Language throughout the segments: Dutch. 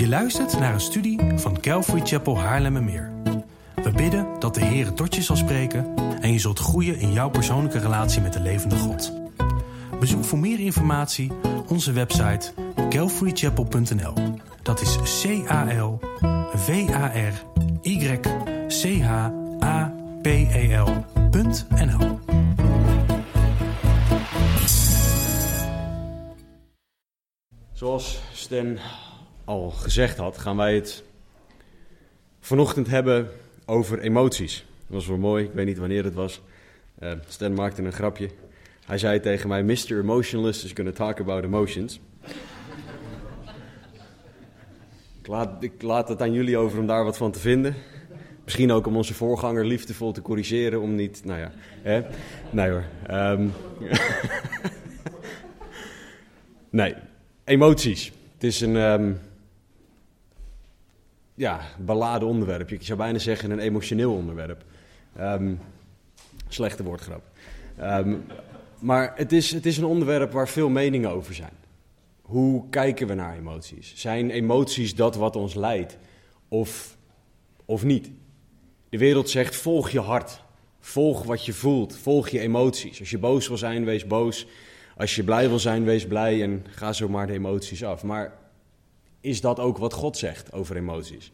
Je luistert naar een studie van Calvary Chapel Haarlemmermeer. We bidden dat de Heer tot je zal spreken en je zult groeien in jouw persoonlijke relatie met de levende God. Bezoek voor meer informatie onze website calvarychapel.nl. Dat is CALVARYCHAPEL.nl. Zoals Stan al gezegd had, gaan wij het vanochtend hebben over emoties. Dat was wel mooi, ik weet niet wanneer het was. Stan maakte een grapje. Hij zei tegen mij, Mr. Emotionalist is going to talk about emotions. Ik laat het aan jullie over om daar wat van te vinden. Misschien ook om onze voorganger liefdevol te corrigeren, om niet, Nee hoor. Nee, emoties. Het is een beladen onderwerp. Ik zou bijna zeggen een emotioneel onderwerp. Slechte woordgrap. Maar het is een onderwerp waar veel meningen over zijn. Hoe kijken we naar emoties? Zijn emoties dat wat ons leidt? Of niet? De wereld zegt, volg je hart. Volg wat je voelt. Volg je emoties. Als je boos wil zijn, wees boos. Als je blij wil zijn, wees blij en ga zo maar de emoties af. Maar is dat ook wat God zegt over emoties?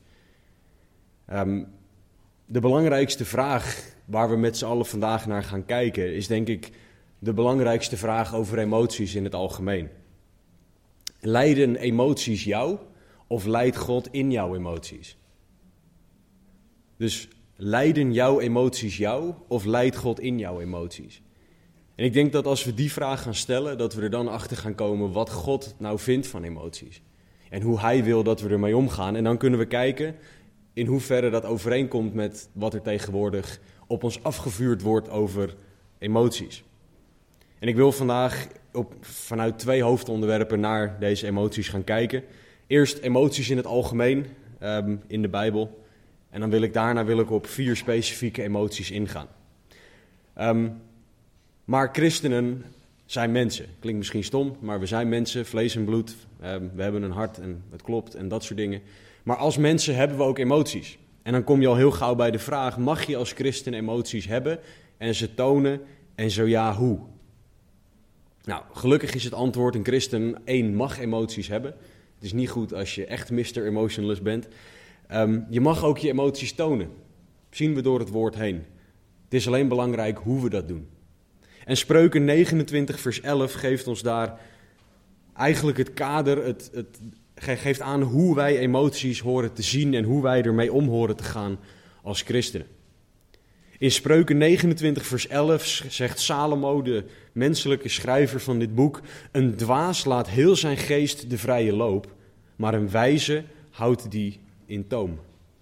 De belangrijkste vraag waar we met z'n allen vandaag naar gaan kijken is denk ik de belangrijkste vraag over emoties in het algemeen. Leiden emoties jou of leidt God in jouw emoties? Dus leiden jouw emoties jou of leidt God in jouw emoties? En ik denk dat als we die vraag gaan stellen, dat we er dan achter gaan komen wat God nou vindt van emoties. En hoe hij wil dat we ermee omgaan. En dan kunnen we kijken in hoeverre dat overeenkomt met wat er tegenwoordig op ons afgevuurd wordt over emoties. En ik wil vandaag vanuit 2 hoofdonderwerpen naar deze emoties gaan kijken. Eerst emoties in het algemeen in de Bijbel. En dan wil ik op 4 specifieke emoties ingaan. Maar christenen zijn mensen. Klinkt misschien stom, maar we zijn mensen, vlees en bloed. We hebben een hart en het klopt en dat soort dingen. Maar als mensen hebben we ook emoties. En dan kom je al heel gauw bij de vraag, mag je als christen emoties hebben en ze tonen en zo ja, hoe? Nou, gelukkig is het antwoord, een christen 1 mag emoties hebben. Het is niet goed als je echt Mr. Emotionalist bent. Je mag ook je emoties tonen. Zien we door het woord heen. Het is alleen belangrijk hoe we dat doen. En Spreuken 29 vers 11 geeft ons daar eigenlijk het kader, het geeft aan hoe wij emoties horen te zien en hoe wij ermee om horen te gaan als christenen. In Spreuken 29 vers 11 zegt Salomo, de menselijke schrijver van dit boek, een dwaas laat heel zijn geest de vrije loop, maar een wijze houdt die in toom.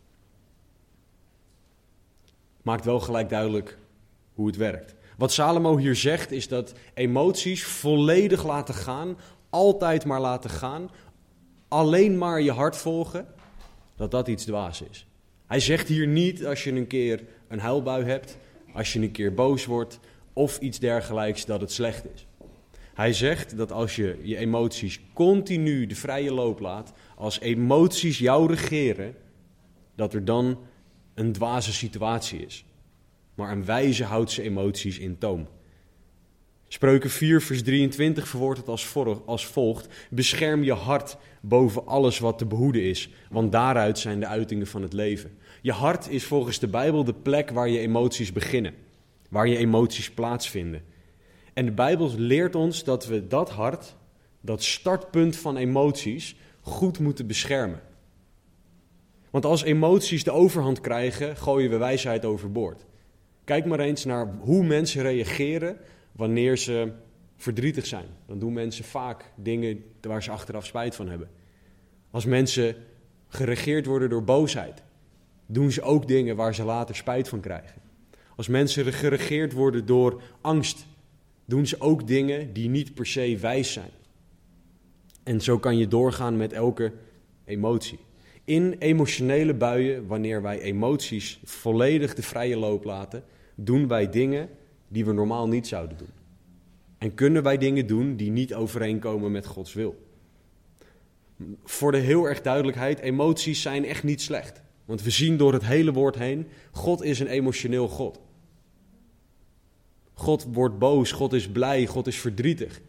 Maakt wel gelijk duidelijk hoe het werkt. Wat Salomo hier zegt is dat emoties volledig laten gaan, altijd maar laten gaan, alleen maar je hart volgen, dat iets dwaas is. Hij zegt hier niet als je een keer een huilbui hebt, als je een keer boos wordt of iets dergelijks dat het slecht is. Hij zegt dat als je je emoties continu de vrije loop laat, als emoties jou regeren, dat er dan een dwaze situatie is. Maar een wijze houdt zijn emoties in toom. Spreuken 4 vers 23 verwoordt het als volgt. Bescherm je hart boven alles wat te behoeden is, want daaruit zijn de uitingen van het leven. Je hart is volgens de Bijbel de plek waar je emoties beginnen, waar je emoties plaatsvinden. En de Bijbel leert ons dat we dat hart, dat startpunt van emoties, goed moeten beschermen. Want als emoties de overhand krijgen, gooien we wijsheid overboord. Kijk maar eens naar hoe mensen reageren wanneer ze verdrietig zijn. Dan doen mensen vaak dingen waar ze achteraf spijt van hebben. Als mensen geregeerd worden door boosheid, doen ze ook dingen waar ze later spijt van krijgen. Als mensen geregeerd worden door angst, doen ze ook dingen die niet per se wijs zijn. En zo kan je doorgaan met elke emotie. In emotionele buien, wanneer wij emoties volledig de vrije loop laten, doen wij dingen die we normaal niet zouden doen. En kunnen wij dingen doen die niet overeenkomen met Gods wil. Voor de heel erg duidelijkheid, emoties zijn echt niet slecht. Want we zien door het hele woord heen, God is een emotioneel God. God wordt boos, God is blij, God is verdrietig.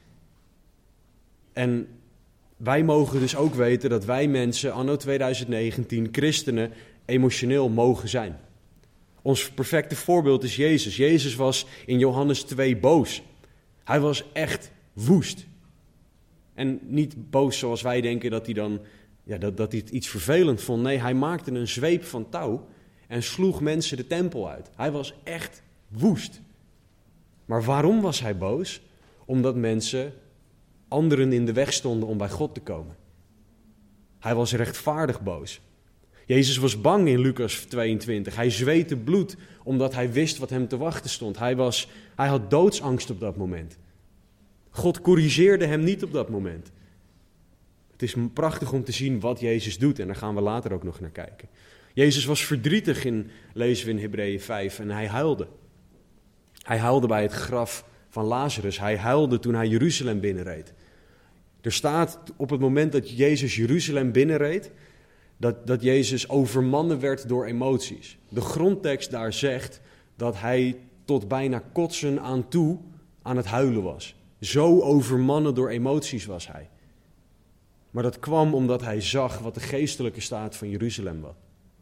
En wij mogen dus ook weten dat wij mensen, anno 2019, christenen, emotioneel mogen zijn. Ons perfecte voorbeeld is Jezus. Jezus was in Johannes 2 boos. Hij was echt woest. En niet boos zoals wij denken dat hij dan dat hij het iets vervelend vond. Nee, hij maakte een zweep van touw en sloeg mensen de tempel uit. Hij was echt woest. Maar waarom was hij boos? Omdat anderen in de weg stonden om bij God te komen. Hij was rechtvaardig boos. Jezus was bang in Lucas 22. Hij zweette bloed omdat hij wist wat hem te wachten stond. Hij had doodsangst op dat moment. God corrigeerde hem niet op dat moment. Het is prachtig om te zien wat Jezus doet en daar gaan we later ook nog naar kijken. Jezus was verdrietig, lezen we in Hebreeën 5, en hij huilde. Hij huilde bij het graf van Lazarus. Hij huilde toen hij Jeruzalem binnenreed. Er staat op het moment dat Jezus Jeruzalem binnenreed, dat Jezus overmannen werd door emoties. De grondtekst daar zegt dat hij tot bijna kotsen aan toe aan het huilen was. Zo overmannen door emoties was hij. Maar dat kwam omdat hij zag wat de geestelijke staat van Jeruzalem was.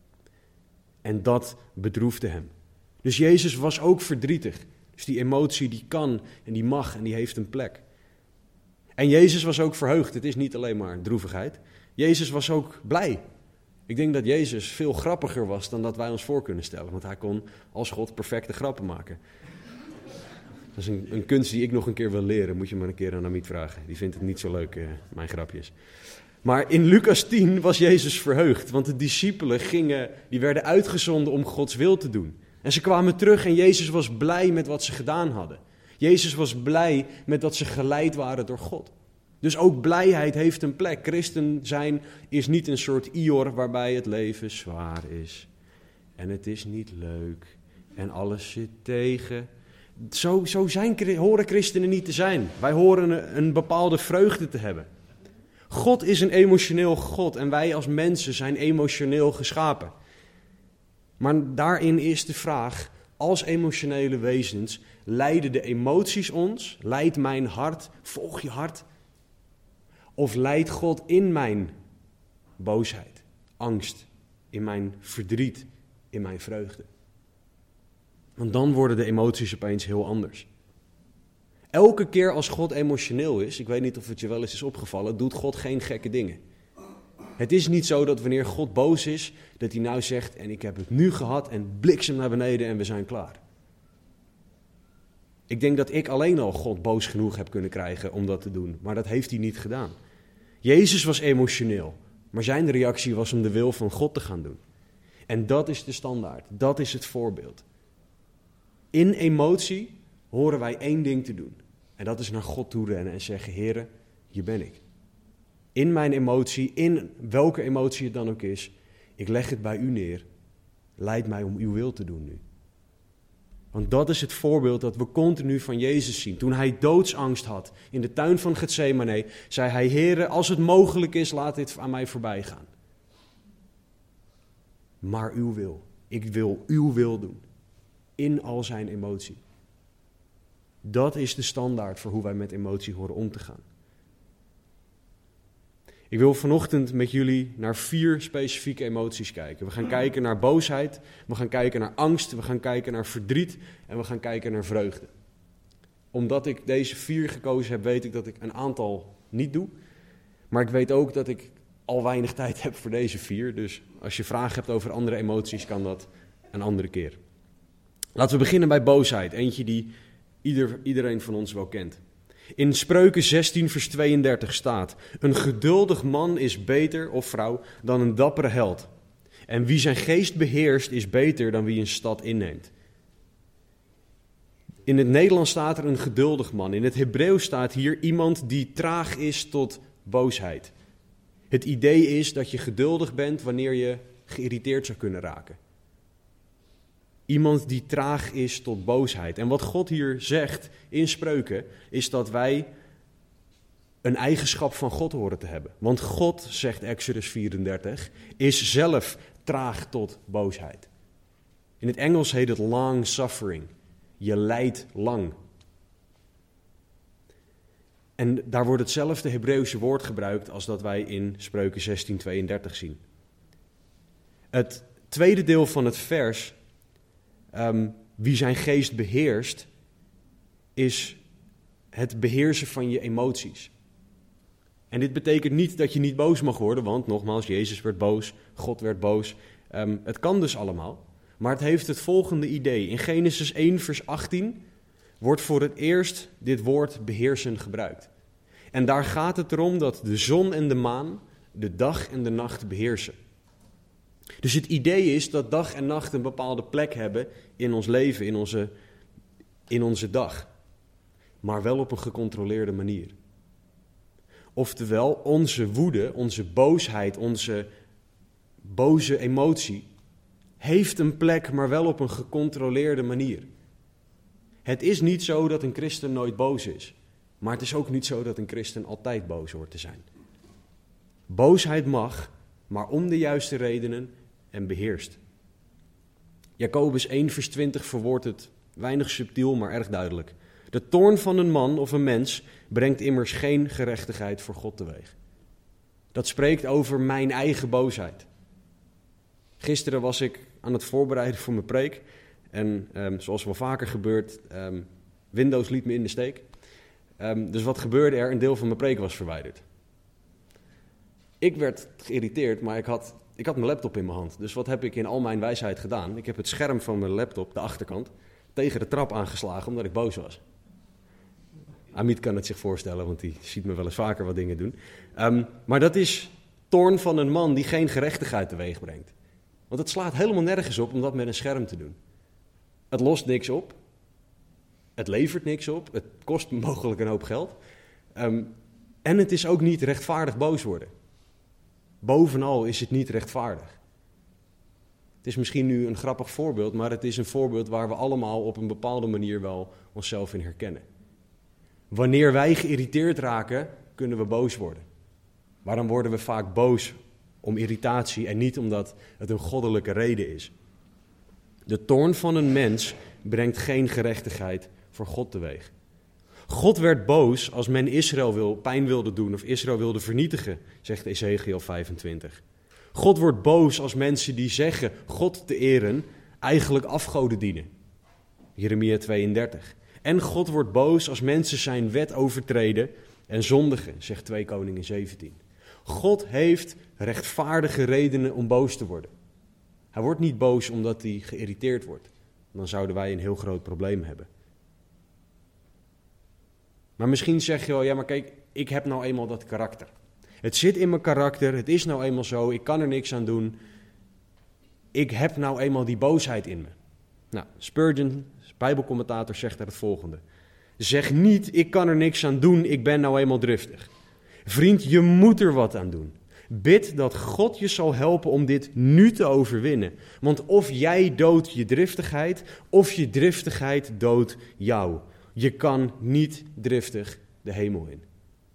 En dat bedroefde hem. Dus Jezus was ook verdrietig. Dus die emotie die kan en die mag en die heeft een plek. En Jezus was ook verheugd. Het is niet alleen maar droevigheid. Jezus was ook blij. Ik denk dat Jezus veel grappiger was dan dat wij ons voor kunnen stellen. Want hij kon als God perfecte grappen maken. Dat is een kunst die ik nog een keer wil leren. Moet je maar een keer aan Amit vragen. Die vindt het niet zo leuk, mijn grapjes. Maar in Lucas 10 was Jezus verheugd. Want de discipelen die werden uitgezonden om Gods wil te doen. En ze kwamen terug en Jezus was blij met wat ze gedaan hadden. Jezus was blij met dat ze geleid waren door God. Dus ook blijheid heeft een plek. Christen zijn is niet een soort Ior waarbij het leven zwaar is. En het is niet leuk. En alles zit tegen. Zo horen christenen niet te zijn. Wij horen een bepaalde vreugde te hebben. God is een emotioneel God en wij als mensen zijn emotioneel geschapen. Maar daarin is de vraag, als emotionele wezens, leiden de emoties ons? Leidt mijn hart, volg je hart? Of leidt God in mijn boosheid, angst, in mijn verdriet, in mijn vreugde? Want dan worden de emoties opeens heel anders. Elke keer als God emotioneel is, ik weet niet of het je wel eens is opgevallen, doet God geen gekke dingen. Het is niet zo dat wanneer God boos is, dat hij nou zegt, en ik heb het nu gehad en bliksem naar beneden en we zijn klaar. Ik denk dat ik alleen al God boos genoeg heb kunnen krijgen om dat te doen, maar dat heeft hij niet gedaan. Jezus was emotioneel, maar zijn reactie was om de wil van God te gaan doen. En dat is de standaard, dat is het voorbeeld. In emotie horen wij één ding te doen. En dat is naar God toe rennen en zeggen, Heere, hier ben ik. In mijn emotie, in welke emotie het dan ook is, ik leg het bij u neer. Leid mij om uw wil te doen nu. Want dat is het voorbeeld dat we continu van Jezus zien. Toen hij doodsangst had in de tuin van Getsemane, zei hij, Heere, als het mogelijk is, laat dit aan mij voorbij gaan. Maar uw wil, ik wil uw wil doen. In al zijn emotie. Dat is de standaard voor hoe wij met emotie horen om te gaan. Ik wil vanochtend met jullie naar 4 specifieke emoties kijken. We gaan kijken naar boosheid, we gaan kijken naar angst, we gaan kijken naar verdriet en we gaan kijken naar vreugde. Omdat ik deze 4 gekozen heb, weet ik dat ik een aantal niet doe. Maar ik weet ook dat ik al weinig tijd heb voor deze 4. Dus als je vragen hebt over andere emoties, kan dat een andere keer. Laten we beginnen bij boosheid. Eentje die iedereen van ons wel kent. In Spreuken 16 vers 32 staat: een geduldig man is beter, of vrouw, dan een dappere held. En wie zijn geest beheerst is beter dan wie een stad inneemt. In het Nederlands staat er een geduldig man. In het Hebreeuws staat hier iemand die traag is tot boosheid. Het idee is dat je geduldig bent wanneer je geïrriteerd zou kunnen raken. Iemand die traag is tot boosheid. En wat God hier zegt in Spreuken is dat wij een eigenschap van God horen te hebben. Want God, zegt Exodus 34, is zelf traag tot boosheid. In het Engels heet het long suffering. Je lijdt lang. En daar wordt hetzelfde Hebreeuwse woord gebruikt als dat wij in Spreuken 16:32 zien. Het tweede deel van het vers, wie zijn geest beheerst, is het beheersen van je emoties. En dit betekent niet dat je niet boos mag worden, want nogmaals, Jezus werd boos, God werd boos. Het kan dus allemaal, maar het heeft het volgende idee. In Genesis 1 vers 18 wordt voor het eerst dit woord beheersen gebruikt. En daar gaat het erom dat de zon en de maan de dag en de nacht beheersen. Dus het idee is dat dag en nacht een bepaalde plek hebben in ons leven, in onze dag. Maar wel op een gecontroleerde manier. Oftewel, onze woede, onze boosheid, onze boze emotie heeft een plek, maar wel op een gecontroleerde manier. Het is niet zo dat een christen nooit boos is. Maar het is ook niet zo dat een christen altijd boos hoort te zijn. Boosheid mag, maar om de juiste redenen en beheerst. Jacobus 1 vers 20 verwoordt het weinig subtiel, maar erg duidelijk. De toorn van een man of een mens brengt immers geen gerechtigheid voor God teweeg. Dat spreekt over mijn eigen boosheid. Gisteren was ik aan het voorbereiden voor mijn preek. En zoals wel vaker gebeurt, Windows liet me in de steek. Dus wat gebeurde er? Een deel van mijn preek was verwijderd. Ik werd geïrriteerd, maar ik had mijn laptop in mijn hand. Dus wat heb ik in al mijn wijsheid gedaan? Ik heb het scherm van mijn laptop, de achterkant, tegen de trap aangeslagen omdat ik boos was. Amit kan het zich voorstellen, want die ziet me wel eens vaker wat dingen doen. Maar dat is toorn van een man die geen gerechtigheid teweeg brengt. Want het slaat helemaal nergens op om dat met een scherm te doen. Het lost niks op. Het levert niks op. Het kost mogelijk een hoop geld. En het is ook niet rechtvaardig boos worden. Bovenal is het niet rechtvaardig. Het is misschien nu een grappig voorbeeld, maar het is een voorbeeld waar we allemaal op een bepaalde manier wel onszelf in herkennen. Wanneer wij geïrriteerd raken, kunnen we boos worden. Maar dan worden we vaak boos om irritatie en niet omdat het een goddelijke reden is. De toorn van een mens brengt geen gerechtigheid voor God teweeg. God werd boos als men Israël pijn wilde doen of Israël wilde vernietigen, zegt Ezekiel 25. God wordt boos als mensen die zeggen God te eren eigenlijk afgoden dienen. Jeremia 32. En God wordt boos als mensen zijn wet overtreden en zondigen, zegt 2 Koningen 17. God heeft rechtvaardige redenen om boos te worden. Hij wordt niet boos omdat hij geïrriteerd wordt. Dan zouden wij een heel groot probleem hebben. Maar misschien zeg je wel, ja maar kijk, ik heb nou eenmaal dat karakter. Het zit in mijn karakter, het is nou eenmaal zo, ik kan er niks aan doen. Ik heb nou eenmaal die boosheid in me. Nou, Spurgeon, Bijbelcommentator, zegt daar het volgende. Zeg niet, ik kan er niks aan doen, ik ben nou eenmaal driftig. Vriend, je moet er wat aan doen. Bid dat God je zal helpen om dit nu te overwinnen. Want of jij doodt je driftigheid, of je driftigheid doodt jou. Je kan niet driftig de hemel in.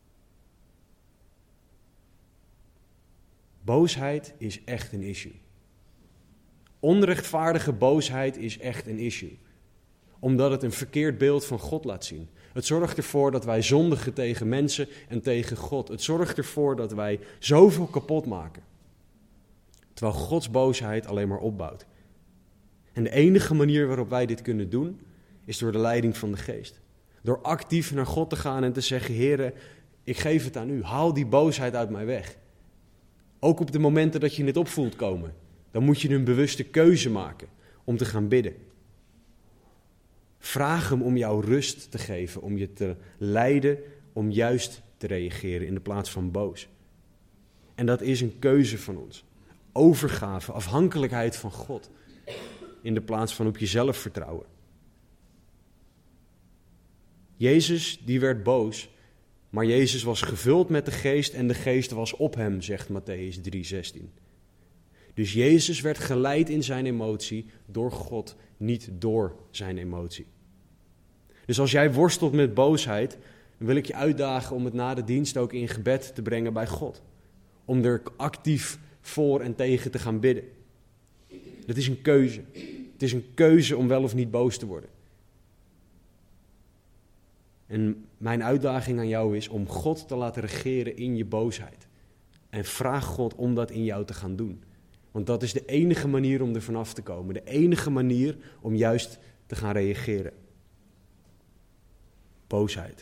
Boosheid is echt een issue. Onrechtvaardige boosheid is echt een issue. Omdat het een verkeerd beeld van God laat zien. Het zorgt ervoor dat wij zondigen tegen mensen en tegen God. Het zorgt ervoor dat wij zoveel kapot maken. Terwijl Gods boosheid alleen maar opbouwt. En de enige manier waarop wij dit kunnen doen, is door de leiding van de Geest. Door actief naar God te gaan en te zeggen, Heere, ik geef het aan u. Haal die boosheid uit mij weg. Ook op de momenten dat je het op voelt komen. Dan moet je een bewuste keuze maken om te gaan bidden. Vraag hem om jou rust te geven, om je te leiden, om juist te reageren in de plaats van boos. En dat is een keuze van ons. Overgave, afhankelijkheid van God, in de plaats van op jezelf vertrouwen. Jezus, die werd boos, maar Jezus was gevuld met de Geest en de Geest was op hem, zegt Mattheüs 3:16. Dus Jezus werd geleid in zijn emotie door God, niet door zijn emotie. Dus als jij worstelt met boosheid, dan wil ik je uitdagen om het na de dienst ook in gebed te brengen bij God. Om er actief voor en tegen te gaan bidden. Dat is een keuze. Het is een keuze om wel of niet boos te worden. En mijn uitdaging aan jou is om God te laten regeren in je boosheid. En vraag God om dat in jou te gaan doen. Want dat is de enige manier om er vanaf te komen. De enige manier om juist te gaan reageren. Boosheid.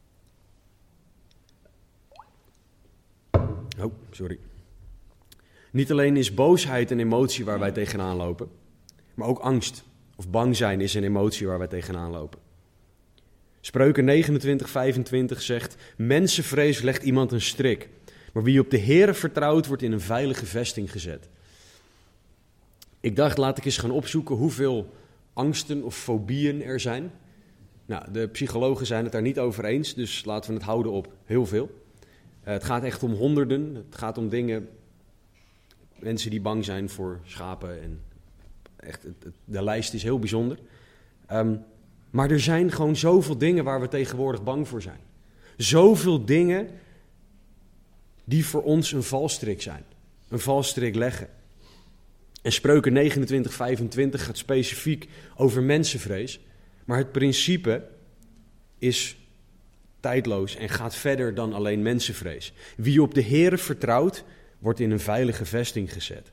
Oh, sorry. Niet alleen is boosheid een emotie waar wij tegenaan lopen, maar ook angst of bang zijn is een emotie waar wij tegenaan lopen. Spreuken 29:25 zegt, mensenvrees legt iemand een strik, maar wie op de Heere vertrouwt wordt in een veilige vesting gezet. Ik dacht, laat ik eens gaan opzoeken hoeveel angsten of fobieën er zijn. Nou, de psychologen zijn het daar niet over eens, dus laten we het houden op heel veel. Het gaat echt om honderden, het gaat om dingen, mensen die bang zijn voor schapen en echt, de lijst is heel bijzonder. Maar er zijn gewoon zoveel dingen waar we tegenwoordig bang voor zijn. Zoveel dingen die voor ons een valstrik zijn, een valstrik leggen. En Spreuken 29:25 gaat specifiek over mensenvrees, maar het principe is tijdloos en gaat verder dan alleen mensenvrees. Wie op de Heere vertrouwt, wordt in een veilige vesting gezet.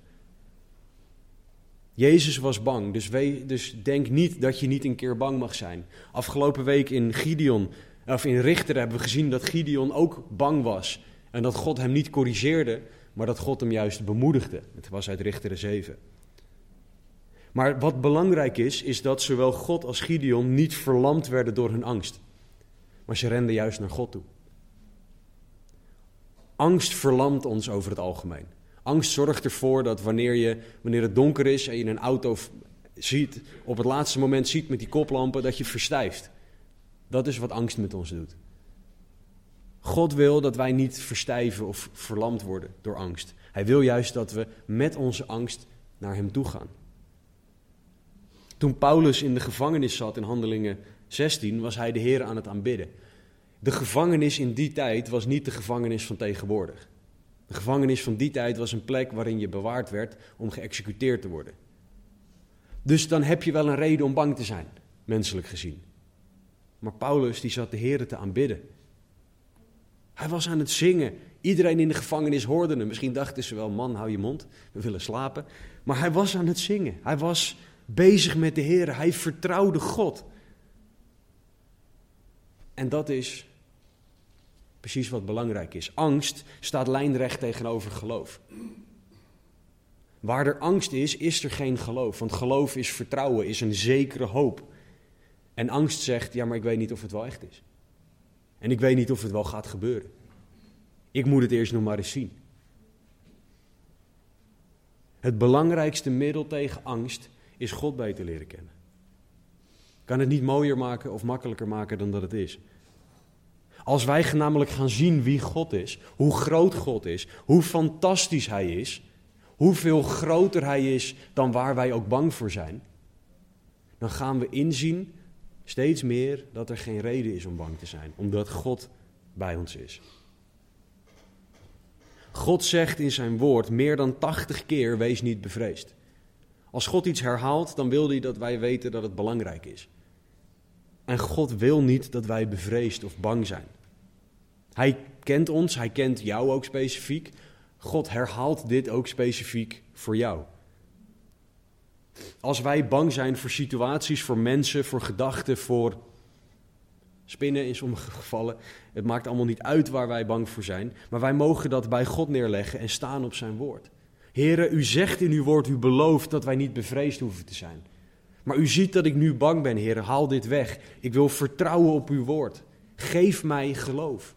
Jezus was bang, dus denk niet dat je niet een keer bang mag zijn. Afgelopen week in Richter hebben we gezien dat Gideon ook bang was. En dat God hem niet corrigeerde, maar dat God hem juist bemoedigde. Het was uit Richteren 7. Maar wat belangrijk is dat zowel God als Gideon niet verlamd werden door hun angst. Maar ze renden juist naar God toe. Angst verlamt ons over het algemeen. Angst zorgt ervoor dat wanneer het donker is en je een auto ziet, op het laatste moment ziet met die koplampen, dat je verstijft. Dat is wat angst met ons doet. God wil dat wij niet verstijven of verlamd worden door angst. Hij wil juist dat we met onze angst naar hem toe gaan. Toen Paulus in de gevangenis zat in Handelingen 16, was hij de Heer aan het aanbidden. De gevangenis in die tijd was niet de gevangenis van tegenwoordig. De gevangenis van die tijd was een plek waarin je bewaard werd om geëxecuteerd te worden. Dus dan heb je wel een reden om bang te zijn, menselijk gezien. Maar Paulus die zat de Heer te aanbidden. Hij was aan het zingen. Iedereen in de gevangenis hoorde hem. Misschien dachten ze wel, man, hou je mond, we willen slapen. Maar hij was aan het zingen. Hij was bezig met de Heer. Hij vertrouwde God. En dat is precies wat belangrijk is. Angst staat lijnrecht tegenover geloof. Waar er angst is er geen geloof. Want geloof is vertrouwen, is een zekere hoop. En angst zegt, ja, maar ik weet niet of het wel echt is. En ik weet niet of het wel gaat gebeuren. Ik moet het eerst nog maar eens zien. Het belangrijkste middel tegen angst is God beter leren kennen. Ik kan het niet mooier maken of makkelijker maken dan dat het is. Als wij namelijk gaan zien wie God is, hoe groot God is, hoe fantastisch Hij is, hoeveel groter Hij is dan waar wij ook bang voor zijn, dan gaan we inzien steeds meer dat er geen reden is om bang te zijn, omdat God bij ons is. God zegt in zijn woord meer dan 80 keer, wees niet bevreesd. Als God iets herhaalt, dan wil hij dat wij weten dat het belangrijk is. En God wil niet dat wij bevreesd of bang zijn. Hij kent ons, hij kent jou ook specifiek. God herhaalt dit ook specifiek voor jou. Als wij bang zijn voor situaties, voor mensen, voor gedachten, voor spinnen in sommige gevallen. Het maakt allemaal niet uit waar wij bang voor zijn. Maar wij mogen dat bij God neerleggen en staan op zijn woord. Heere, u zegt in uw woord, u belooft dat wij niet bevreesd hoeven te zijn. Maar u ziet dat ik nu bang ben, Heere, haal dit weg. Ik wil vertrouwen op uw woord. Geef mij geloof.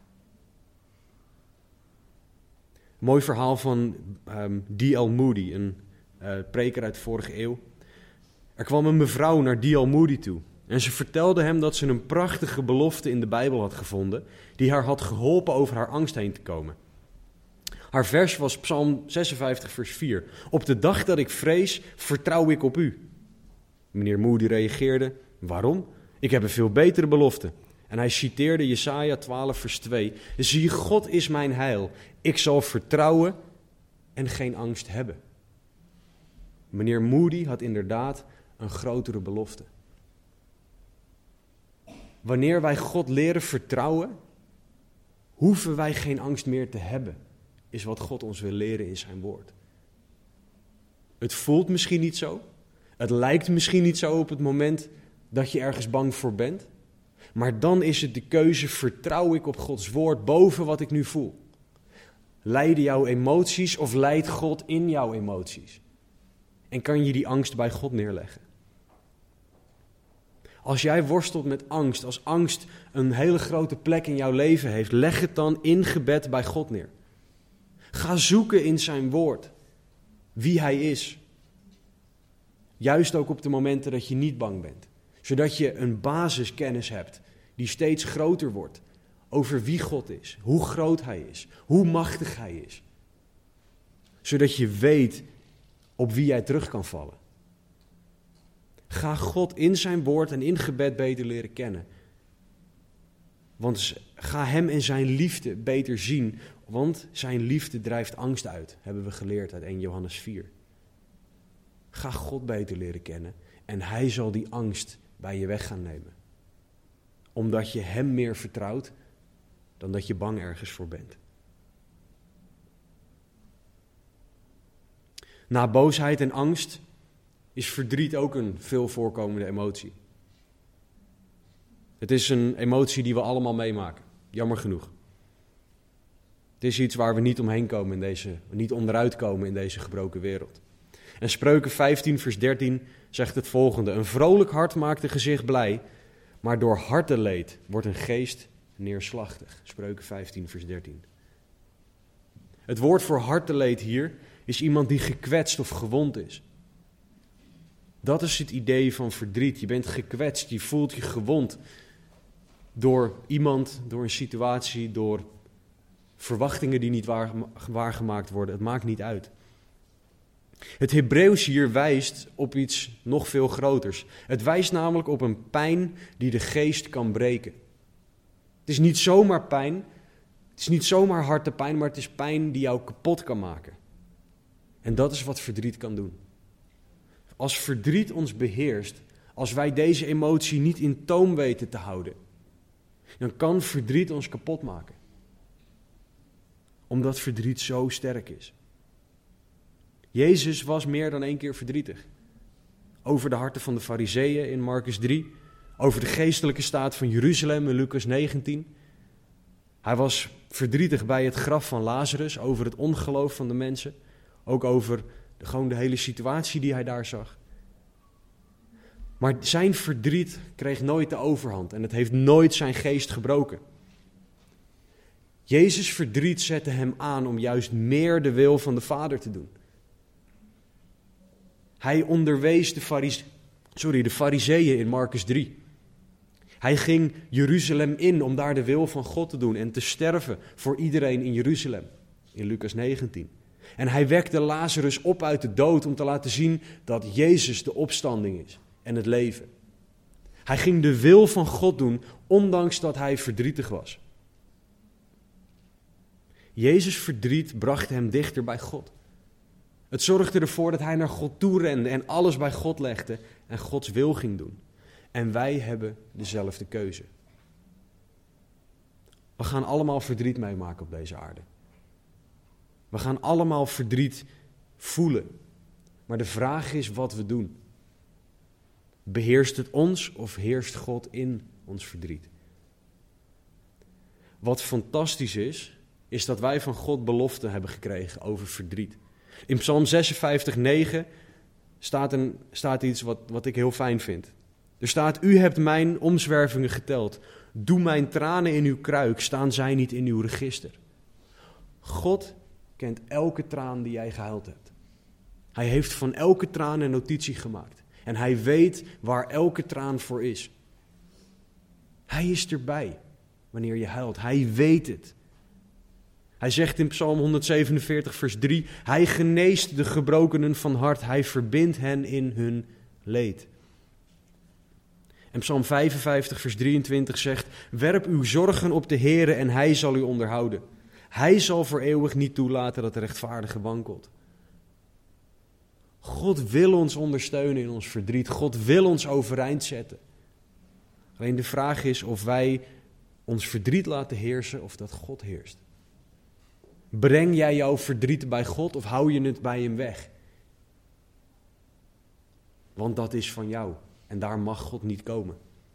Mooi verhaal van D.L. Moody, een preker uit de vorige eeuw. Er kwam een mevrouw naar D.L. Moody toe. En ze vertelde hem dat ze een prachtige belofte in de Bijbel had gevonden, die haar had geholpen over haar angst heen te komen. Haar vers was Psalm 56, vers 4. Op de dag dat ik vrees, vertrouw ik op u. Meneer Moody reageerde, waarom? Ik heb een veel betere belofte. En hij citeerde Jesaja 12 vers 2. Zie, God is mijn heil. Ik zal vertrouwen en geen angst hebben. Meneer Moody had inderdaad een grotere belofte. Wanneer wij God leren vertrouwen, hoeven wij geen angst meer te hebben, is wat God ons wil leren in zijn woord. Het voelt misschien niet zo. Het lijkt misschien niet zo op het moment dat je ergens bang voor bent. Maar dan is het de keuze, vertrouw ik op Gods woord boven wat ik nu voel? Leiden jouw emoties of leidt God in jouw emoties? En kan je die angst bij God neerleggen? Als jij worstelt met angst, als angst een hele grote plek in jouw leven heeft, leg het dan in gebed bij God neer. Ga zoeken in zijn woord wie hij is. Juist ook op de momenten dat je niet bang bent. Zodat je een basiskennis hebt die steeds groter wordt over wie God is, hoe groot hij is, hoe machtig hij is. Zodat je weet op wie jij terug kan vallen. Ga God in zijn woord en in gebed beter leren kennen. Want ga hem en zijn liefde beter zien. Want zijn liefde drijft angst uit, hebben we geleerd uit 1 Johannes 4. Ga God beter leren kennen en hij zal die angst bij je weg gaan nemen. Omdat je hem meer vertrouwt dan dat je bang ergens voor bent. Na boosheid en angst is verdriet ook een veel voorkomende emotie. Het is een emotie die we allemaal meemaken, jammer genoeg. Het is iets waar we niet omheen komen niet onderuit komen in deze gebroken wereld. En Spreuken 15 vers 13 zegt het volgende. Een vrolijk hart maakt een gezicht blij, maar door harteleed wordt een geest neerslachtig. Spreuken 15 vers 13. Het woord voor harteleed hier is iemand die gekwetst of gewond is. Dat is het idee van verdriet. Je bent gekwetst, je voelt je gewond door iemand, door een situatie, door verwachtingen die niet waargemaakt worden. Het maakt niet uit. Het Hebreeuws hier wijst op iets nog veel groters. Het wijst namelijk op een pijn die de geest kan breken. Het is niet zomaar pijn, het is niet zomaar hartepijn, maar het is pijn die jou kapot kan maken. En dat is wat verdriet kan doen. Als verdriet ons beheerst, als wij deze emotie niet in toom weten te houden, dan kan verdriet ons kapot maken. Omdat verdriet zo sterk is. Jezus was meer dan 1 keer verdrietig. Over de harten van de Farizeeën in Marcus 3. Over de geestelijke staat van Jeruzalem in Lucas 19. Hij was verdrietig bij het graf van Lazarus. Over het ongeloof van de mensen. Ook over gewoon de hele situatie die hij daar zag. Maar zijn verdriet kreeg nooit de overhand. En het heeft nooit zijn geest gebroken. Jezus' verdriet zette hem aan om juist meer de wil van de Vader te doen. Hij onderwees de Farizeeën in Marcus 3. Hij ging Jeruzalem in om daar de wil van God te doen en te sterven voor iedereen in Jeruzalem, in Lucas 19. En hij wekte Lazarus op uit de dood om te laten zien dat Jezus de opstanding is en het leven. Hij ging de wil van God doen, ondanks dat hij verdrietig was. Jezus' verdriet bracht hem dichter bij God. Het zorgde ervoor dat hij naar God toe rende en alles bij God legde en Gods wil ging doen. En wij hebben dezelfde keuze. We gaan allemaal verdriet meemaken op deze aarde. We gaan allemaal verdriet voelen. Maar de vraag is wat we doen. Beheerst het ons of heerst God in ons verdriet? Wat fantastisch is dat wij van God beloften hebben gekregen over verdriet. In Psalm 56:9 staat iets wat ik heel fijn vind. Er staat, u hebt mijn omzwervingen geteld. Doe mijn tranen in uw kruik, staan zij niet in uw register. God kent elke traan die jij gehuild hebt. Hij heeft van elke traan een notitie gemaakt. En hij weet waar elke traan voor is. Hij is erbij wanneer je huilt. Hij weet het. Hij zegt in Psalm 147 vers 3, hij geneest de gebrokenen van hart, hij verbindt hen in hun leed. En Psalm 55 vers 23 zegt: werp uw zorgen op de Heere en hij zal u onderhouden. Hij zal voor eeuwig niet toelaten dat de rechtvaardige wankelt. God wil ons ondersteunen in ons verdriet. God wil ons overeind zetten. Alleen de vraag is of wij ons verdriet laten heersen of dat God heerst. Breng jij jouw verdriet bij God of hou je het bij hem weg? Want dat is van jou en daar mag God niet komen.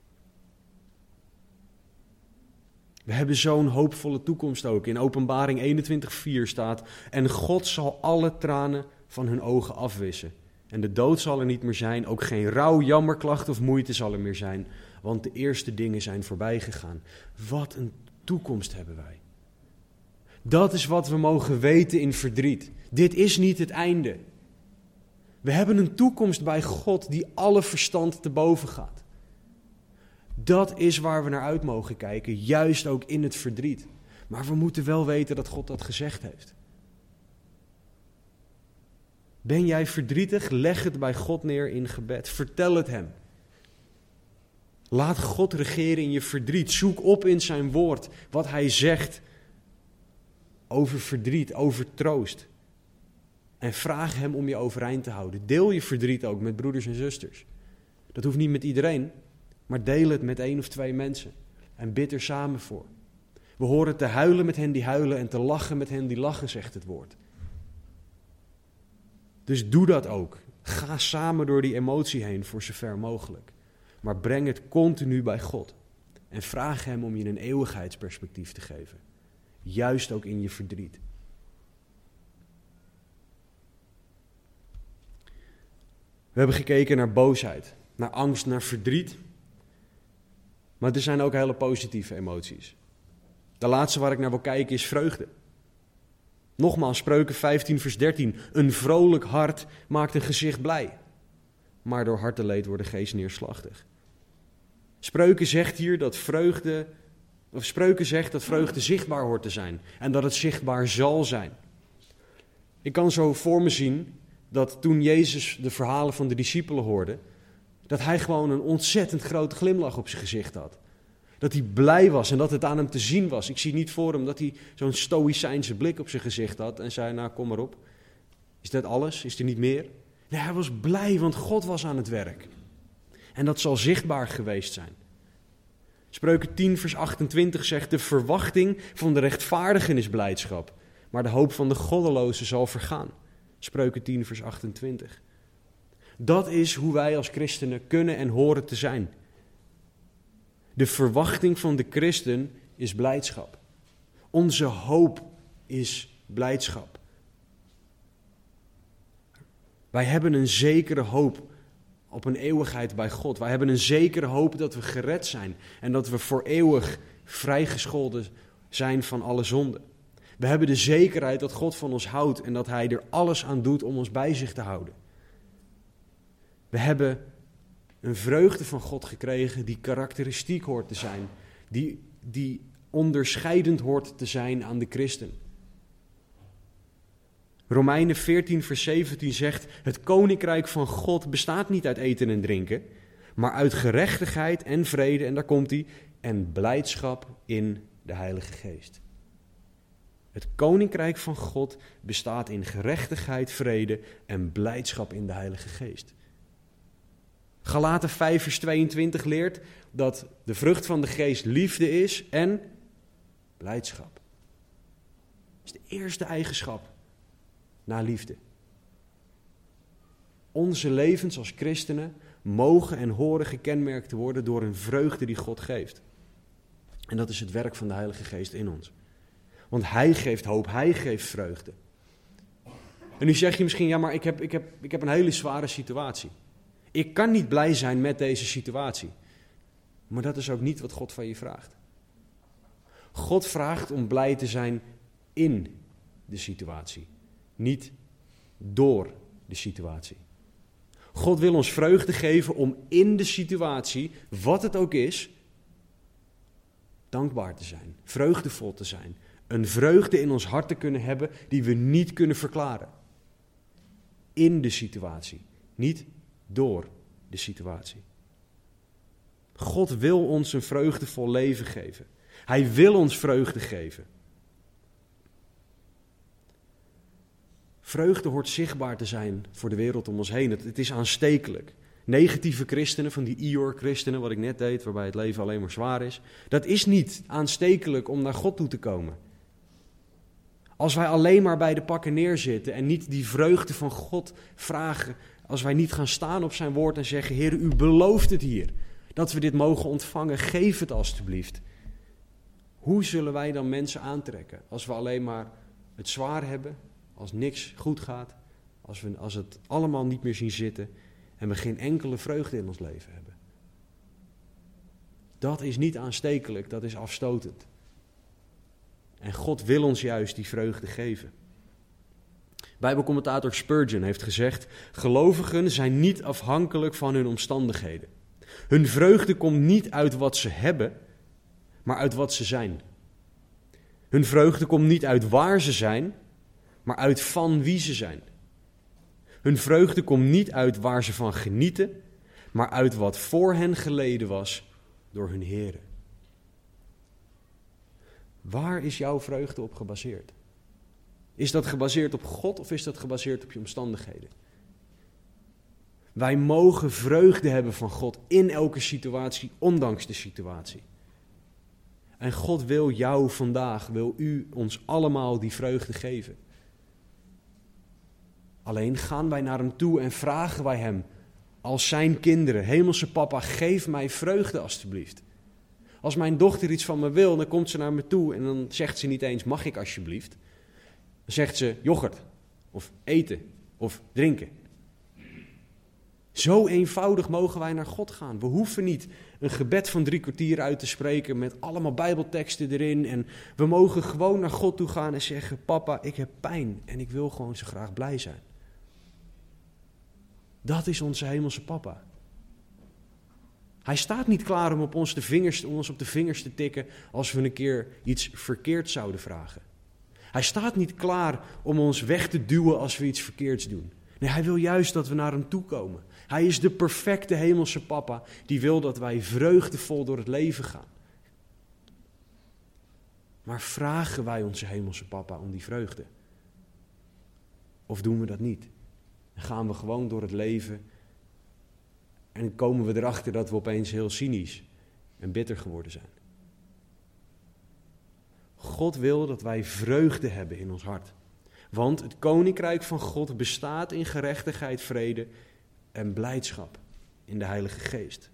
We hebben zo'n hoopvolle toekomst ook. In Openbaring 21:4 staat: en God zal alle tranen van hun ogen afwissen. En de dood zal er niet meer zijn, ook geen rouw, jammer, klacht of moeite zal er meer zijn. Want de eerste dingen zijn voorbij gegaan. Wat een toekomst hebben wij. Dat is wat we mogen weten in verdriet. Dit is niet het einde. We hebben een toekomst bij God die alle verstand te boven gaat. Dat is waar we naar uit mogen kijken, juist ook in het verdriet. Maar we moeten wel weten dat God dat gezegd heeft. Ben jij verdrietig? Leg het bij God neer in gebed. Vertel het hem. Laat God regeren in je verdriet. Zoek op in zijn woord wat hij zegt over verdriet, over troost. En vraag hem om je overeind te houden. Deel je verdriet ook met broeders en zusters. Dat hoeft niet met iedereen, maar deel het met 1 of 2 mensen. En bid er samen voor. We horen te huilen met hen die huilen en te lachen met hen die lachen, zegt het woord. Dus doe dat ook. Ga samen door die emotie heen voor zover mogelijk. Maar breng het continu bij God. En vraag hem om je een eeuwigheidsperspectief te geven. Juist ook in je verdriet. We hebben gekeken naar boosheid, naar angst, naar verdriet. Maar er zijn ook hele positieve emoties. De laatste waar ik naar wil kijken is vreugde. Nogmaals, Spreuken 15 vers 13. Een vrolijk hart maakt een gezicht blij. Maar door harteleed wordt de geest neerslachtig. Spreuken zegt hier dat vreugde zichtbaar hoort te zijn. En dat het zichtbaar zal zijn. Ik kan zo voor me zien dat toen Jezus de verhalen van de discipelen hoorde, dat hij gewoon een ontzettend grote glimlach op zijn gezicht had. Dat hij blij was en dat het aan hem te zien was. Ik zie niet voor hem dat hij zo'n stoïcijnse blik op zijn gezicht had en zei, nou kom maar op. Is dat alles? Is er niet meer? Nee, hij was blij, want God was aan het werk. En dat zal zichtbaar geweest zijn. Spreuken 10 vers 28 zegt, de verwachting van de rechtvaardigen is blijdschap, maar de hoop van de goddeloze zal vergaan. Spreuken 10 vers 28. Dat is hoe wij als christenen kunnen en horen te zijn. De verwachting van de christen is blijdschap. Onze hoop is blijdschap. Wij hebben een zekere hoop op een eeuwigheid bij God. Wij hebben een zekere hoop dat we gered zijn en dat we voor eeuwig vrijgescholden zijn van alle zonde. We hebben de zekerheid dat God van ons houdt en dat hij er alles aan doet om ons bij zich te houden. We hebben een vreugde van God gekregen die karakteristiek hoort te zijn, die onderscheidend hoort te zijn aan de christen. Romeinen 14 vers 17 zegt, het koninkrijk van God bestaat niet uit eten en drinken, maar uit gerechtigheid en vrede, en daar komt hij, en blijdschap in de Heilige Geest. Het koninkrijk van God bestaat in gerechtigheid, vrede en blijdschap in de Heilige Geest. Galaten 5 vers 22 leert dat de vrucht van de geest liefde is en blijdschap. Dat is de eerste eigenschap na liefde. Onze levens als christenen mogen en horen gekenmerkt te worden door een vreugde die God geeft. En dat is het werk van de Heilige Geest in ons. Want hij geeft hoop, hij geeft vreugde. En nu zeg je misschien, ja maar ik heb een hele zware situatie. Ik kan niet blij zijn met deze situatie. Maar dat is ook niet wat God van je vraagt. God vraagt om blij te zijn in de situatie. Niet door de situatie. God wil ons vreugde geven om in de situatie, wat het ook is, dankbaar te zijn. Vreugdevol te zijn. Een vreugde in ons hart te kunnen hebben die we niet kunnen verklaren. In de situatie. Niet door de situatie. God wil ons een vreugdevol leven geven. Hij wil ons vreugde geven. Vreugde hoort zichtbaar te zijn voor de wereld om ons heen. Het is aanstekelijk. Negatieve christenen, van die Eeyore-christenen, wat ik net deed, waarbij het leven alleen maar zwaar is. Dat is niet aanstekelijk om naar God toe te komen. Als wij alleen maar bij de pakken neerzitten en niet die vreugde van God vragen, als wij niet gaan staan op zijn woord en zeggen, Heer, u belooft het hier, dat we dit mogen ontvangen, geef het alstublieft. Hoe zullen wij dan mensen aantrekken als we alleen maar het zwaar hebben, als niks goed gaat, als het allemaal niet meer zien zitten en we geen enkele vreugde in ons leven hebben? Dat is niet aanstekelijk, dat is afstotend. En God wil ons juist die vreugde geven. Bijbelcommentator Spurgeon heeft gezegd, gelovigen zijn niet afhankelijk van hun omstandigheden. Hun vreugde komt niet uit wat ze hebben, maar uit wat ze zijn. Hun vreugde komt niet uit waar ze zijn, maar uit van wie ze zijn. Hun vreugde komt niet uit waar ze van genieten, maar uit wat voor hen geleden was door hun Heere. Waar is jouw vreugde op gebaseerd? Is dat gebaseerd op God of is dat gebaseerd op je omstandigheden? Wij mogen vreugde hebben van God in elke situatie, ondanks de situatie. En God wil jou vandaag, wil u ons allemaal die vreugde geven. Alleen gaan wij naar hem toe en vragen wij hem als zijn kinderen, hemelse papa, geef mij vreugde alstublieft. Als mijn dochter iets van me wil, dan komt ze naar me toe en dan zegt ze niet eens, mag ik alsjeblieft? Dan zegt ze yoghurt, of eten, of drinken. Zo eenvoudig mogen wij naar God gaan. We hoeven niet een gebed van 3 kwartier uit te spreken met allemaal bijbelteksten erin. En we mogen gewoon naar God toe gaan en zeggen, papa, ik heb pijn en ik wil gewoon zo graag blij zijn. Dat is onze hemelse papa. Hij staat niet klaar om op ons op de vingers te tikken als we een keer iets verkeerd zouden vragen. Hij staat niet klaar om ons weg te duwen als we iets verkeerds doen. Nee, hij wil juist dat we naar hem toe komen. Hij is de perfecte hemelse papa die wil dat wij vreugdevol door het leven gaan. Maar vragen wij onze hemelse papa om die vreugde? Of doen we dat niet? En gaan we gewoon door het leven en komen we erachter dat we opeens heel cynisch en bitter geworden zijn. God wil dat wij vreugde hebben in ons hart. Want het koninkrijk van God bestaat in gerechtigheid, vrede en blijdschap in de Heilige Geest.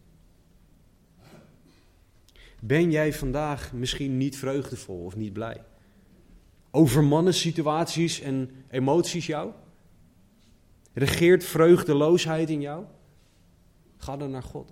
Ben jij vandaag misschien niet vreugdevol of niet blij? Overmannen situaties en emoties jou? Regeert vreugdeloosheid in jou? Ga dan naar God.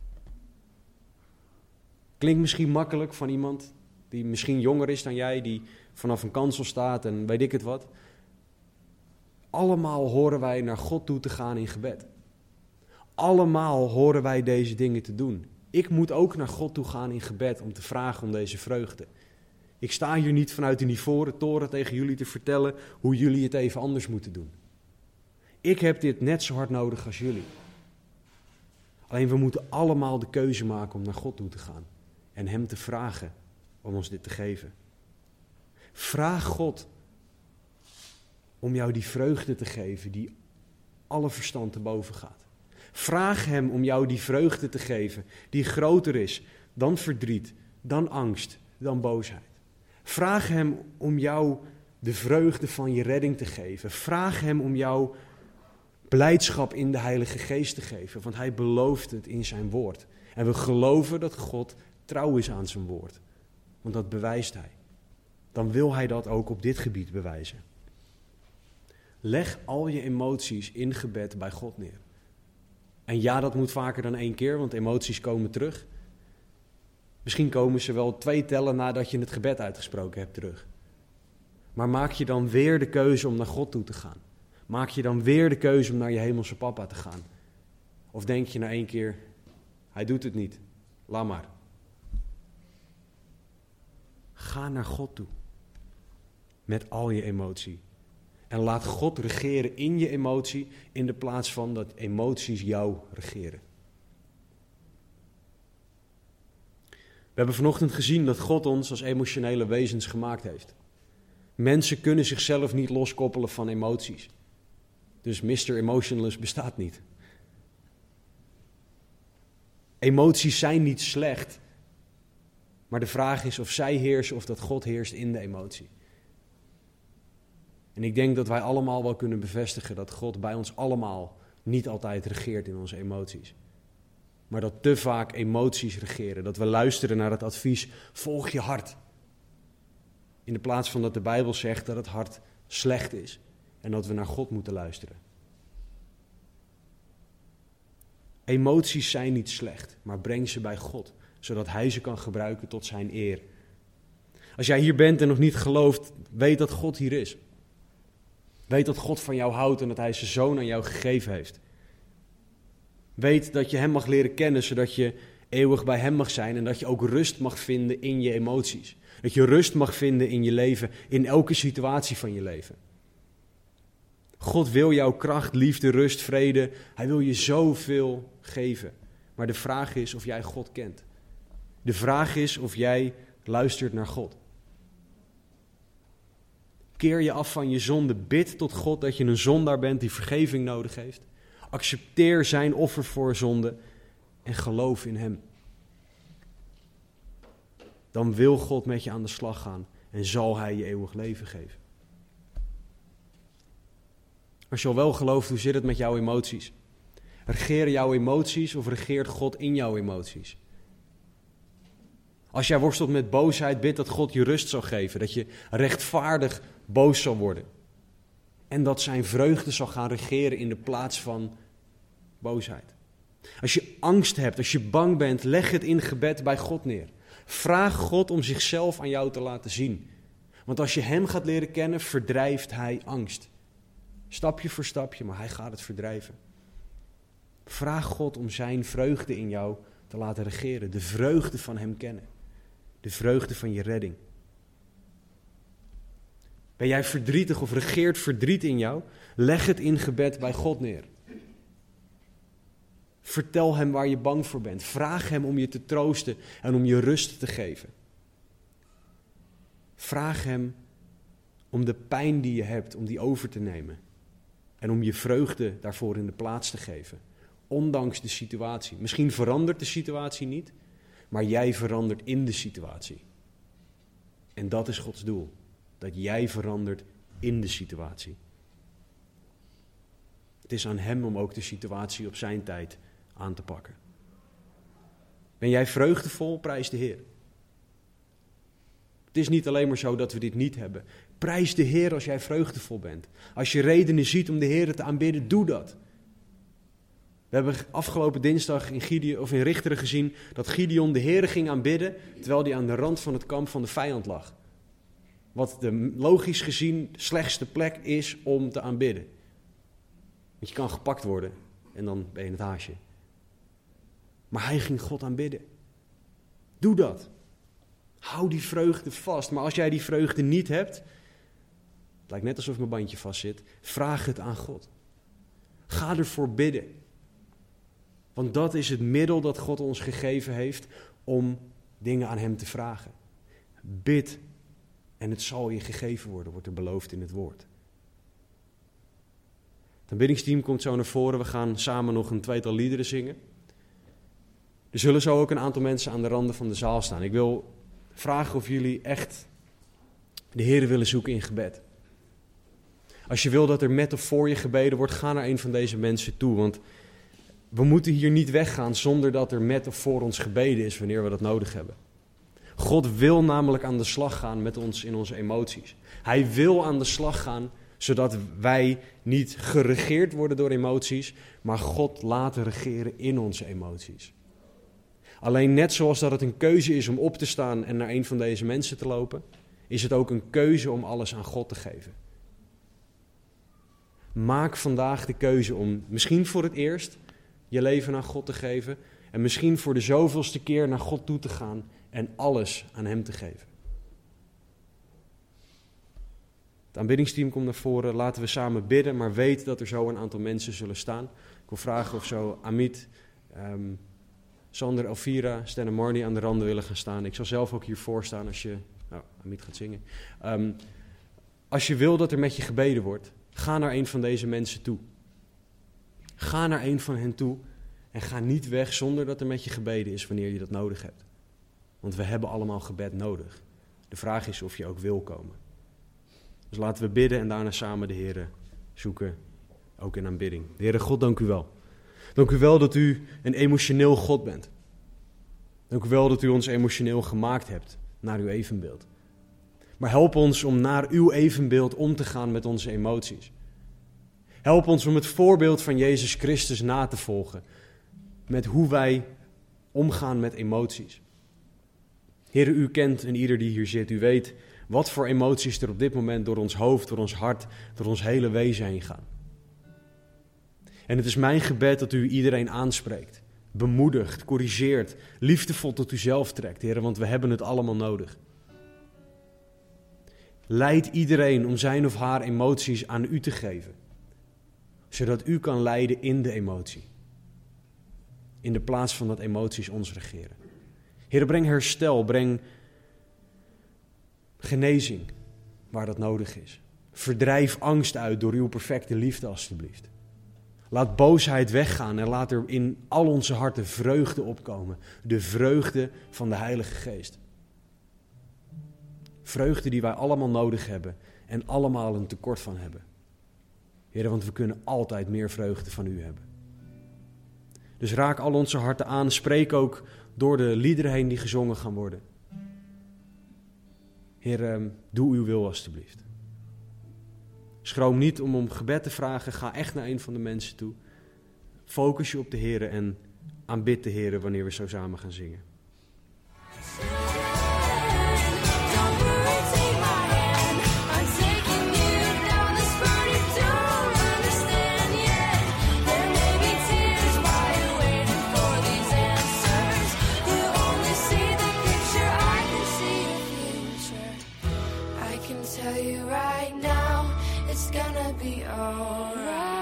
Klinkt misschien makkelijk van iemand die misschien jonger is dan jij, die vanaf een kansel staat en weet ik het wat. Allemaal horen wij naar God toe te gaan in gebed. Allemaal horen wij deze dingen te doen. Ik moet ook naar God toe gaan in gebed om te vragen om deze vreugde. Ik sta hier niet vanuit een ivoren toren tegen jullie te vertellen hoe jullie het even anders moeten doen. Ik heb dit net zo hard nodig als jullie. Alleen we moeten allemaal de keuze maken om naar God toe te gaan en hem te vragen om ons dit te geven. Vraag God om jou die vreugde te geven die alle verstand te boven gaat. Vraag hem om jou die vreugde te geven die groter is dan verdriet, dan angst, dan boosheid. Vraag hem om jou de vreugde van je redding te geven. Vraag hem om jou blijdschap in de Heilige Geest te geven, want hij belooft het in zijn woord. En we geloven dat God trouw is aan zijn woord, want dat bewijst hij. Dan wil hij dat ook op dit gebied bewijzen. Leg al je emoties in gebed bij God neer. En ja, dat moet vaker dan 1 keer, want emoties komen terug. Misschien komen ze wel 2 tellen nadat je het gebed uitgesproken hebt terug. Maar maak je dan weer de keuze om naar God toe te gaan? Maak je dan weer de keuze om naar je hemelse papa te gaan? Of denk je na 1 keer, hij doet het niet, laat maar. Ga naar God toe. Met al je emotie. En laat God regeren in je emotie, in de plaats van dat emoties jou regeren. We hebben vanochtend gezien dat God ons als emotionele wezens gemaakt heeft. Mensen kunnen zichzelf niet loskoppelen van emoties. Dus Mr. Emotionless bestaat niet. Emoties zijn niet slecht. Maar de vraag is of zij heersen of dat God heerst in de emotie. En ik denk dat wij allemaal wel kunnen bevestigen dat God bij ons allemaal niet altijd regeert in onze emoties. Maar dat te vaak emoties regeren. Dat we luisteren naar het advies, volg je hart. In de plaats van dat de Bijbel zegt dat het hart slecht is. En dat we naar God moeten luisteren. Emoties zijn niet slecht, maar breng ze bij God. Zodat Hij ze kan gebruiken tot zijn eer. Als jij hier bent en nog niet gelooft, weet dat God hier is. Weet dat God van jou houdt en dat Hij zijn Zoon aan jou gegeven heeft. Weet dat je Hem mag leren kennen, zodat je eeuwig bij Hem mag zijn en dat je ook rust mag vinden in je emoties. Dat je rust mag vinden in je leven, in elke situatie van je leven. God wil jouw kracht, liefde, rust, vrede. Hij wil je zoveel geven. Maar de vraag is of jij God kent. De vraag is of jij luistert naar God. Keer je af van je zonde. Bid tot God dat je een zondaar bent die vergeving nodig heeft. Accepteer zijn offer voor zonde en geloof in Hem. Dan wil God met je aan de slag gaan en zal Hij je eeuwig leven geven. Als je al wel gelooft, hoe zit het met jouw emoties? Regeren jouw emoties of regeert God in jouw emoties? Als jij worstelt met boosheid, bid dat God je rust zal geven. Dat je rechtvaardig boos zal worden. En dat zijn vreugde zal gaan regeren in de plaats van boosheid. Als je angst hebt, als je bang bent, leg het in gebed bij God neer. Vraag God om zichzelf aan jou te laten zien. Want als je Hem gaat leren kennen, verdrijft Hij angst. Stapje voor stapje, maar Hij gaat het verdrijven. Vraag God om zijn vreugde in jou te laten regeren. De vreugde van Hem kennen. De vreugde van je redding. Ben jij verdrietig of regeert verdriet in jou? Leg het in gebed bij God neer. Vertel Hem waar je bang voor bent. Vraag Hem om je te troosten en om je rust te geven. Vraag Hem om de pijn die je hebt, om die over te nemen. En om je vreugde daarvoor in de plaats te geven. Ondanks de situatie. Misschien verandert de situatie niet, maar jij verandert in de situatie. En dat is Gods doel. Dat jij verandert in de situatie. Het is aan Hem om ook de situatie op zijn tijd aan te pakken. Ben jij vreugdevol? Prijs de Heer. Het is niet alleen maar zo dat we dit niet hebben. Prijs de Heer als jij vreugdevol bent. Als je redenen ziet om de Heer te aanbidden, doe dat. We hebben afgelopen dinsdag in Richteren gezien dat Gideon de Heer ging aanbidden terwijl hij aan de rand van het kamp van de vijand lag. Wat de logisch gezien slechtste plek is om te aanbidden. Want je kan gepakt worden en dan ben je het haasje. Maar hij ging God aanbidden. Doe dat. Hou die vreugde vast. Maar als jij die vreugde niet hebt, het lijkt net alsof mijn bandje vast zit, vraag het aan God. Ga ervoor bidden. Want dat is het middel dat God ons gegeven heeft om dingen aan Hem te vragen. Bid en het zal je gegeven worden, wordt er beloofd in het woord. Het aanbiddingsteam komt zo naar voren. We gaan samen nog een tweetal liederen zingen. Er zullen zo ook een aantal mensen aan de randen van de zaal staan. Ik wil vragen of jullie echt de Heer willen zoeken in gebed. Als je wil dat er met of voor je gebeden wordt, ga naar een van deze mensen toe. Want we moeten hier niet weggaan zonder dat er met of voor ons gebeden is wanneer we dat nodig hebben. God wil namelijk aan de slag gaan met ons in onze emoties. Hij wil aan de slag gaan zodat wij niet geregeerd worden door emoties, maar God laten regeren in onze emoties. Alleen net zoals dat het een keuze is om op te staan en naar een van deze mensen te lopen, is het ook een keuze om alles aan God te geven. Maak vandaag de keuze om misschien voor het eerst je leven aan God te geven en misschien voor de zoveelste keer naar God toe te gaan en alles aan Hem te geven. Het aanbiddingsteam komt naar voren, laten we samen bidden, maar weet dat er zo een aantal mensen zullen staan. Ik wil vragen of zo Amit Sander, Elvira, Stan en Marnie aan de randen willen gaan staan. Ik zal zelf ook hiervoor staan als je... Amit gaat zingen. Als je wil dat er met je gebeden wordt, ga naar een van deze mensen toe. Ga naar een van hen toe en ga niet weg zonder dat er met je gebeden is wanneer je dat nodig hebt. Want we hebben allemaal gebed nodig. De vraag is of je ook wil komen. Dus laten we bidden en daarna samen de Heere zoeken, ook in aanbidding. De Heere God, dank u wel. Dank u wel dat u een emotioneel God bent. Dank u wel dat u ons emotioneel gemaakt hebt naar uw evenbeeld. Maar help ons om naar uw evenbeeld om te gaan met onze emoties. Help ons om het voorbeeld van Jezus Christus na te volgen met hoe wij omgaan met emoties. Heere, u kent en ieder die hier zit, u weet wat voor emoties er op dit moment door ons hoofd, door ons hart, door ons hele wezen heen gaan. En het is mijn gebed dat u iedereen aanspreekt, bemoedigt, corrigeert, liefdevol tot u zelf trekt, Heere, want we hebben het allemaal nodig. Leid iedereen om zijn of haar emoties aan u te geven, zodat u kan leiden in de emotie. In de plaats van dat emoties ons regeren. Heere, breng herstel, breng genezing waar dat nodig is. Verdrijf angst uit door uw perfecte liefde alstublieft. Laat boosheid weggaan en laat er in al onze harten vreugde opkomen. De vreugde van de Heilige Geest. Vreugde die wij allemaal nodig hebben en allemaal een tekort van hebben. Heere, want we kunnen altijd meer vreugde van u hebben. Dus raak al onze harten aan, spreek ook door de liederen heen die gezongen gaan worden. Heer, doe uw wil alstublieft. Schroom niet om gebed te vragen, ga echt naar een van de mensen toe. Focus je op de Heer en aanbid de Heer wanneer we zo samen gaan zingen. Tell you right now, it's gonna be alright.